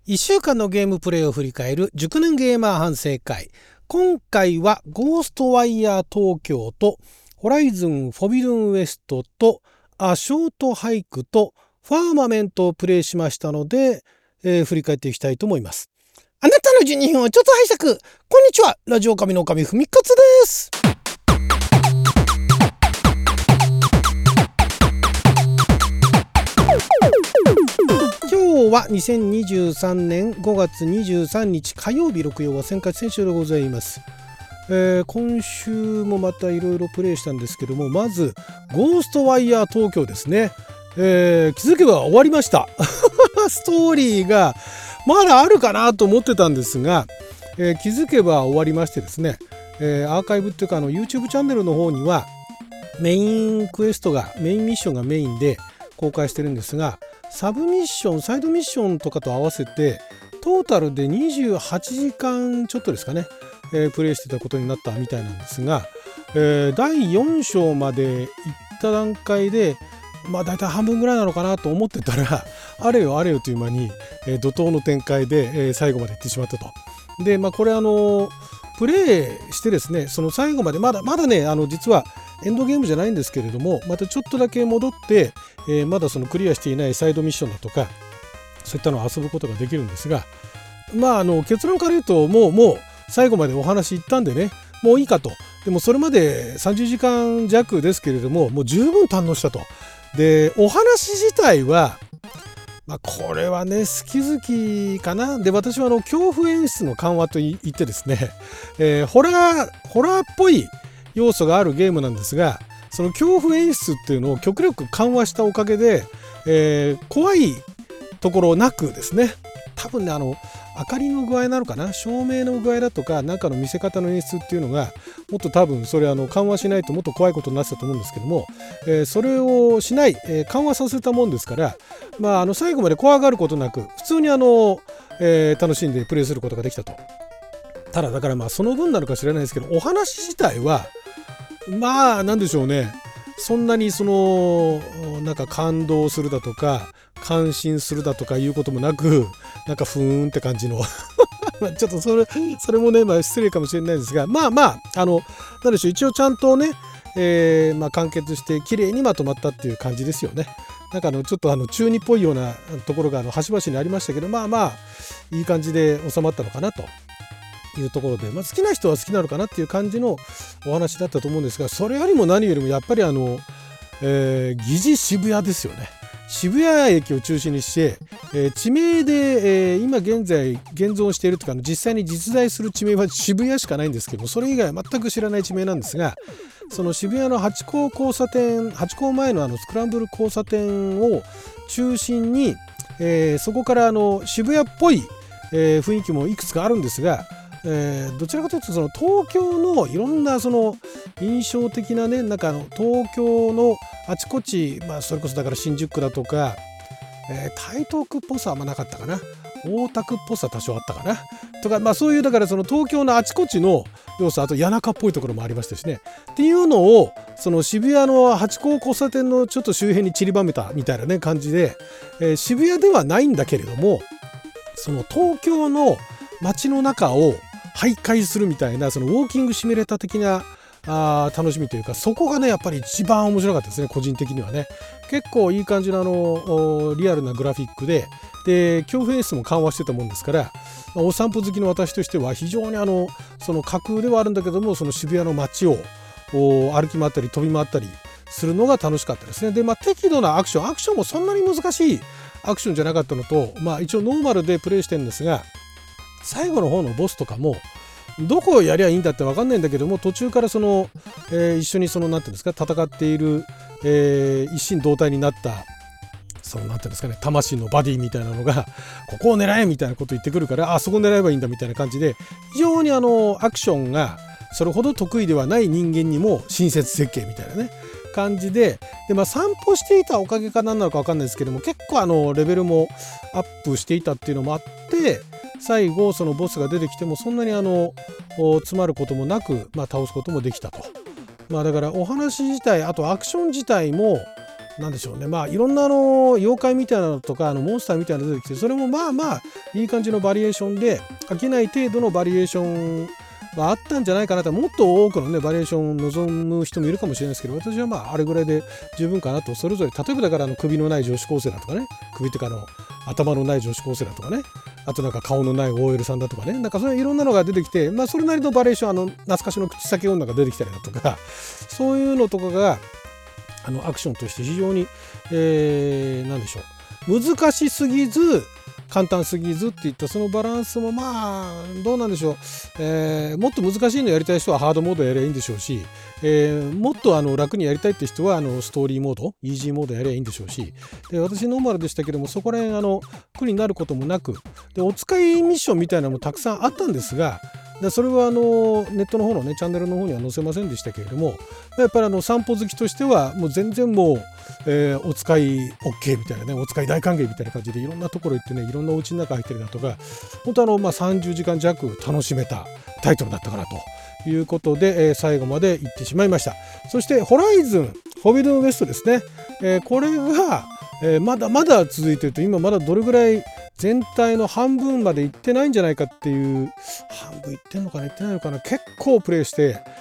1週間のゲームプレイを振り返る熟年ゲーマー反省会。今回はゴーストワイヤー東京とホライズンフォビドゥンウエストとショートハイクとファーマメントをプレイしましたので、振り返っていきたいと思います。あなたの12分をちょっと拝借。こんにちは、ラジオ神の神ふみかつです。今日は2023年5月23日火曜日、録音は先週でございます。今週もまたいろいろプレイしたんですけども、まずゴーストワイヤー東京ですね。気づけば終わりましたストーリーがまだあるかなと思ってたんですが、気づけば終わりましてですね、アーカイブっていうかYouTube チャンネルの方にはメインミッションがメインで公開してるんですが、サブミッション、サイドミッションとかと合わせてトータルで28時間ちょっとですかね、プレイしてたことになったみたいなんですが、第4章まで行った段階でだいたい半分ぐらいなのかなと思ってたらあれよという間に、怒涛の展開で、最後まで行ってしまったと。でこれプレイしてですね、その最後までまだね、実はエンドゲームじゃないんですけれども、またちょっとだけ戻って、まだそのクリアしていないサイドミッションだとかそういったのを遊ぶことができるんですが、結論から言うともう最後までお話いったんでね、もういいかと。でもそれまで30時間弱ですけれども、もう十分堪能したと。でお話自体はこれはね好きかな。で私は恐怖演出の緩和といってですね、ホラーっぽい要素があるゲームなんですが、その恐怖演出っていうのを極力緩和したおかげで、怖いところなくですね、多分ね明かりの具合なのかな、照明の具合だとか中の見せ方の演出っていうのがもっと多分それ緩和しないともっと怖いことになってたと思うんですけども、それをしない、緩和させたもんですから、最後まで怖がることなく普通に楽しんでプレイすることができたと。ただだからその分なのか知らないですけど、お話自体はなんでしょうね、そんなに感動するだとか感心するだとかいうこともなく、ふーんって感じのちょっとそれもね失礼かもしれないですが、なんでしょう、一応ちゃんとね、完結して綺麗にまとまったっていう感じですよね。ちょっと中二っぽいようなところが端々にありましたけど、いい感じで収まったのかなというところで、好きな人は好きなのかなっていう感じのお話だったと思うんですが、それよりも何よりもやっぱり疑似渋谷ですよね。渋谷駅を中心にして、地名で、今現在現存しているというか実際に実在する地名は渋谷しかないんですけど、それ以外は全く知らない地名なんですが、その渋谷のハチ公前のスクランブル交差点を中心に、そこから渋谷っぽい、雰囲気もいくつかあるんですが、どちらかというとその東京のいろんなその印象的なね、東京のあちこち、それこそだから新宿区だとか、台東区っぽさはあんまなかったかな、大田区っぽさ多少あったかなとか、そういうだからその東京のあちこちの要素、あと谷中っぽいところもありましたしねっていうのを、その渋谷のハチ公交差点のちょっと周辺に散りばめたみたいなね感じで、渋谷ではないんだけれども、その東京の街の中を徘徊するみたいな、そのウォーキングシミュレーター的な楽しみというか、そこがねやっぱり一番面白かったですね、個人的にはね。結構いい感じのリアルなグラフィックで恐怖演出も緩和してたもんですから、お散歩好きの私としては非常にその架空ではあるんだけども、その渋谷の街を歩き回ったり飛び回ったりするのが楽しかったですね。で適度なアクションもそんなに難しいアクションじゃなかったのと、一応ノーマルでプレイしてるんですが、最後の方のボスとかもどこをやりゃいいんだって分かんないんだけども、途中から一緒になんていうんですか、戦っている、一心同体になったなんていうんですかね、魂のバディみたいなのがここを狙えみたいなこと言ってくるから、そこ狙えばいいんだみたいな感じで、非常にアクションがそれほど得意ではない人間にも親切設計みたいなね感じで、散歩していたおかげか何なのか分かんないですけども、結構レベルもアップしていたっていうのもあって、最後そのボスが出てきてもそんなに詰まることもなく、倒すこともできたと。だからお話自体、あとアクション自体もなんでしょうね、いろんな妖怪みたいなのとかモンスターみたいなのが出てきて、それもいい感じのバリエーションで飽きない程度のバリエーションはあったんじゃないかなと。もっと多くのねバリエーションを望む人もいるかもしれないですけど、私はまああれぐらいで十分かなと。それぞれ例えばだから首のない女子高生だとかね、首っていうか頭のない女子高生だとかね、あとなんか顔のない OL さんだとかね、なんかそういういろんなのが出てきて、まあそれなりのバリエーション、懐かしの口先女が出てきたりだとか、そういうのとかがアクションとして非常に、何でしょう、難しすぎず簡単すぎずっていったそのバランスもまあどうなんでしょう、もっと難しいのやりたい人はハードモードやればいいんでしょうし、もっと楽にやりたいって人はストーリーモードイージーモードやればいいんでしょうし、で私ノーマルでしたけども、そこら辺苦になることもなく、でお使いミッションみたいなのもたくさんあったんですが、それはネットの方のねチャンネルの方には載せませんでしたけれども、やっぱり散歩好きとしてはもう全然もう、お使い OK みたいなね、お使い大歓迎みたいな感じでいろんなところ行ってね、いろんなお家の中入ったりだとか、本当30時間弱楽しめたタイトルだったかなということで、最後まで行ってしまいました。そしてホライズンフォービドゥンウエストですね、これが、まだまだ続いていると、今まだどれぐらい全体の半分まで行ってないんじゃないかっていう、半分行ってんのかな行ってないのかな、結構プレイして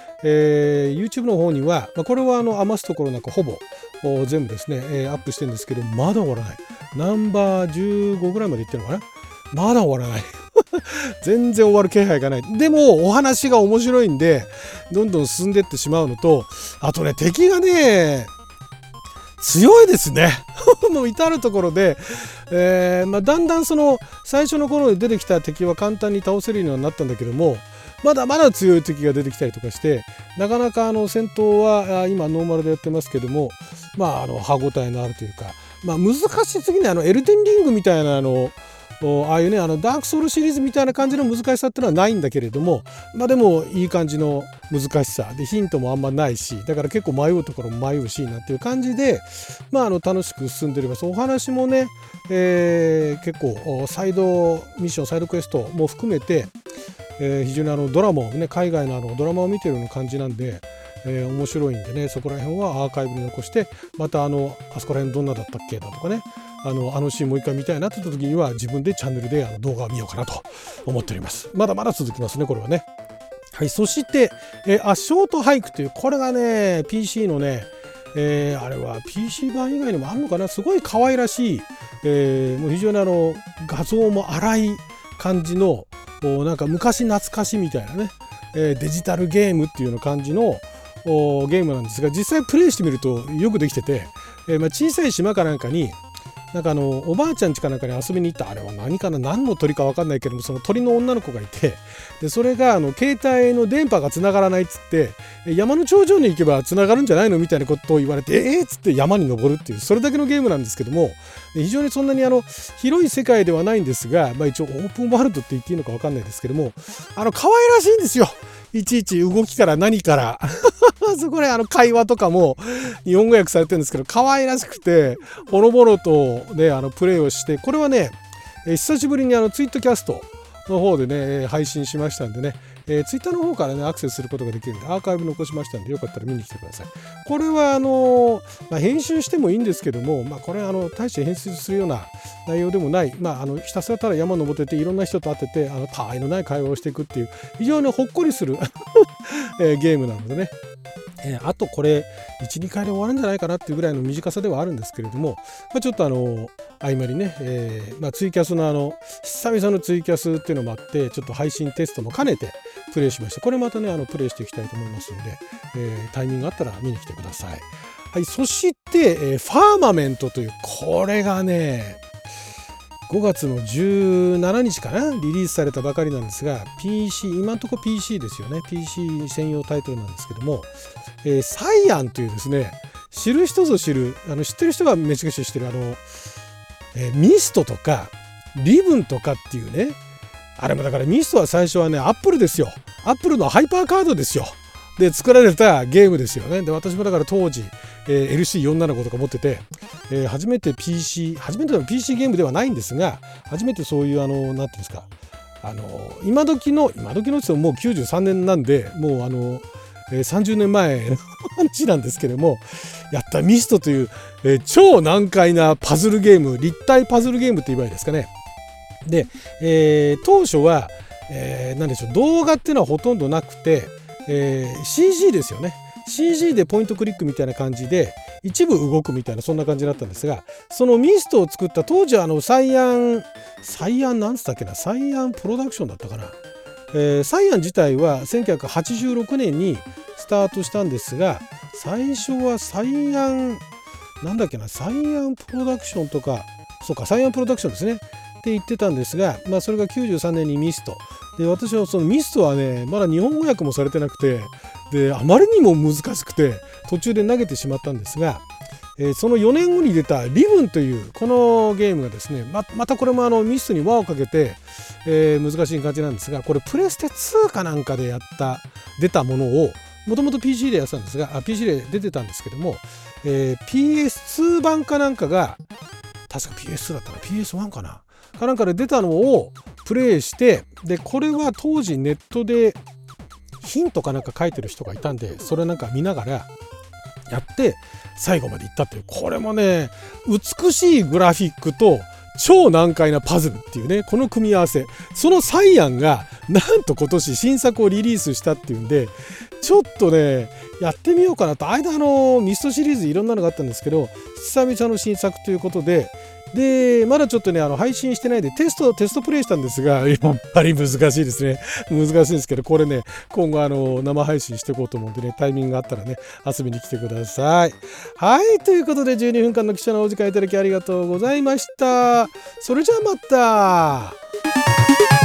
、YouTube の方には、これは余すところなくほぼ全部ですね、アップしてるんですけど、まだ終わらない。ナンバー15ぐらいまで行ってるのかな、まだ終わらない全然終わる気配がない。でもお話が面白いんでどんどん進んでってしまうのと、あとね敵がね強いですねもう至るところで、だんだん最初の頃に出てきた敵は簡単に倒せるようになったんだけども、まだまだ強い敵が出てきたりとかして、なかなか戦闘は今ノーマルでやってますけども、歯ごたえのあるというか、難しすぎないエルデンリングみたいなああいうねダークソウルシリーズみたいな感じの難しさってのはないんだけれども、でもいい感じの難しさで、ヒントもあんまないし、だから結構迷うところも迷うしなんていう感じで、楽しく進んでおります。お話もね、結構サイドミッションサイドクエストも含めて、非常にドラマをね、海外のドラマを見てるような感じなんで、面白いんでね、そこら辺はアーカイブに残して、またあそこら辺どんなだったっけだとかね、シーンもう一回見たいなって言った時には自分でチャンネルで動画を見ようかなと思っております。まだまだ続きますね、これはね。はい、そして、ショートハイクという、これがね PC のね、あれは PC 版以外にもあるのかな、すごい可愛らしい、もう非常に画像も荒い感じの、なんか昔懐かしみたいなね、デジタルゲームっていうような感じのゲームなんですが、実際プレイしてみるとよくできてて、小さい島かなんかになんかおばあちゃん家かなんかに遊びに行った、あれは何かな、何の鳥か分かんないけども、その鳥の女の子がいて、でそれが携帯の電波がつながらないっつって、山の頂上に行けばつながるんじゃないのみたいなことを言われて、っつって山に登るっていう、それだけのゲームなんですけども、非常にそんなに広い世界ではないんですが、一応オープンワールドって言っていいのか分かんないですけども、可愛らしいんですよ。いちいち動きから何からそこで会話とかも日本語訳されてるんですけど、可愛らしくてほのぼのとねプレイをして、これはね久しぶりにツイートキャストの方でね配信しましたんでね、ツイッターの方からねアクセスすることができるんで、アーカイブ残しましたんで、よかったら見に来てください。これは編集してもいいんですけども、これ大して編集するような内容でもない、ひたすらただ山登ってていろんな人と会っててたわいのない会話をしていくっていう非常にほっこりするゲームなのでね、あとこれ 1,2 回で終わるんじゃないかなっていうぐらいの短さではあるんですけれども、ちょっと合間にね、ツイキャスの久々のツイキャスっていうのもあって、ちょっと配信テストも兼ねてプレイしました。これまたねプレイしていきたいと思いますので、タイミングがあったら見に来てください。はい、そして、ファーマメントという、これがね5月の17日かなリリースされたばかりなんですが、 PC 今のところ PC ですよね。 PC 専用タイトルなんですけども、サイアンというですね、知る人ぞ知る知ってる人がめちゃくちゃ知ってるミストとかリブンとかっていうね、あれもだからミストは最初はねアップルですよ。アップルのハイパーカードですよ。で作られたゲームですよね。で私もだから当時、LC475 とか持ってて、初めての PC ゲームではないんですが、初めてそういうなんていうんですか、今時のって言ってももう93年なんで、もう30年前の話なんですけども、やったミストという、超難解なパズルゲーム、立体パズルゲームって言えばいいですかね。 で、当初は、何でしょう、動画っていうのはほとんどなくて、CG ですよね。CG でポイントクリックみたいな感じで一部動くみたいな、そんな感じだったんですが、そのミストを作った当時はサイアンなんつったっけな、サイアンプロダクションだったかな、サイアン自体は1986年にスタートしたんですが、最初はサイアンなんだっけな、サイアンプロダクションとか、そうか、サイアンプロダクションですねって言ってたんですが、それが93年にミストで、私はそのミストはね、まだ日本語訳もされてなくて、であまりにも難しくて途中で投げてしまったんですが、その4年後に出たリブンというこのゲームがですね、またこれもミストに輪をかけて、難しい感じなんですが、これプレステ2かなんかで出たものをもともと PC でやってたんですが、PC で出てたんですけども、PS2 版かなんかが確か PS2 だったかな、 PS1 かなんかで出たのをプレイして、でこれは当時ネットでヒントかなんか書いてる人がいたんで、それなんか見ながらやって最後までいったっていう、これもね、美しいグラフィックと超難解なパズルっていうね、この組み合わせ、そのサイアンがなんと今年新作をリリースしたっていうんで、ちょっとねやってみようかなと。間ミストシリーズいろんなのがあったんですけど、久々の新作ということで、まだちょっとね配信してないでテストプレイしたんですが、やっぱり難しいですね。難しいんですけど、これね今後生配信していこうと思うんでね、タイミングがあったらね遊びに来てください。はい、ということで12分間の貴重なお時間いただきありがとうございました。それじゃあまた。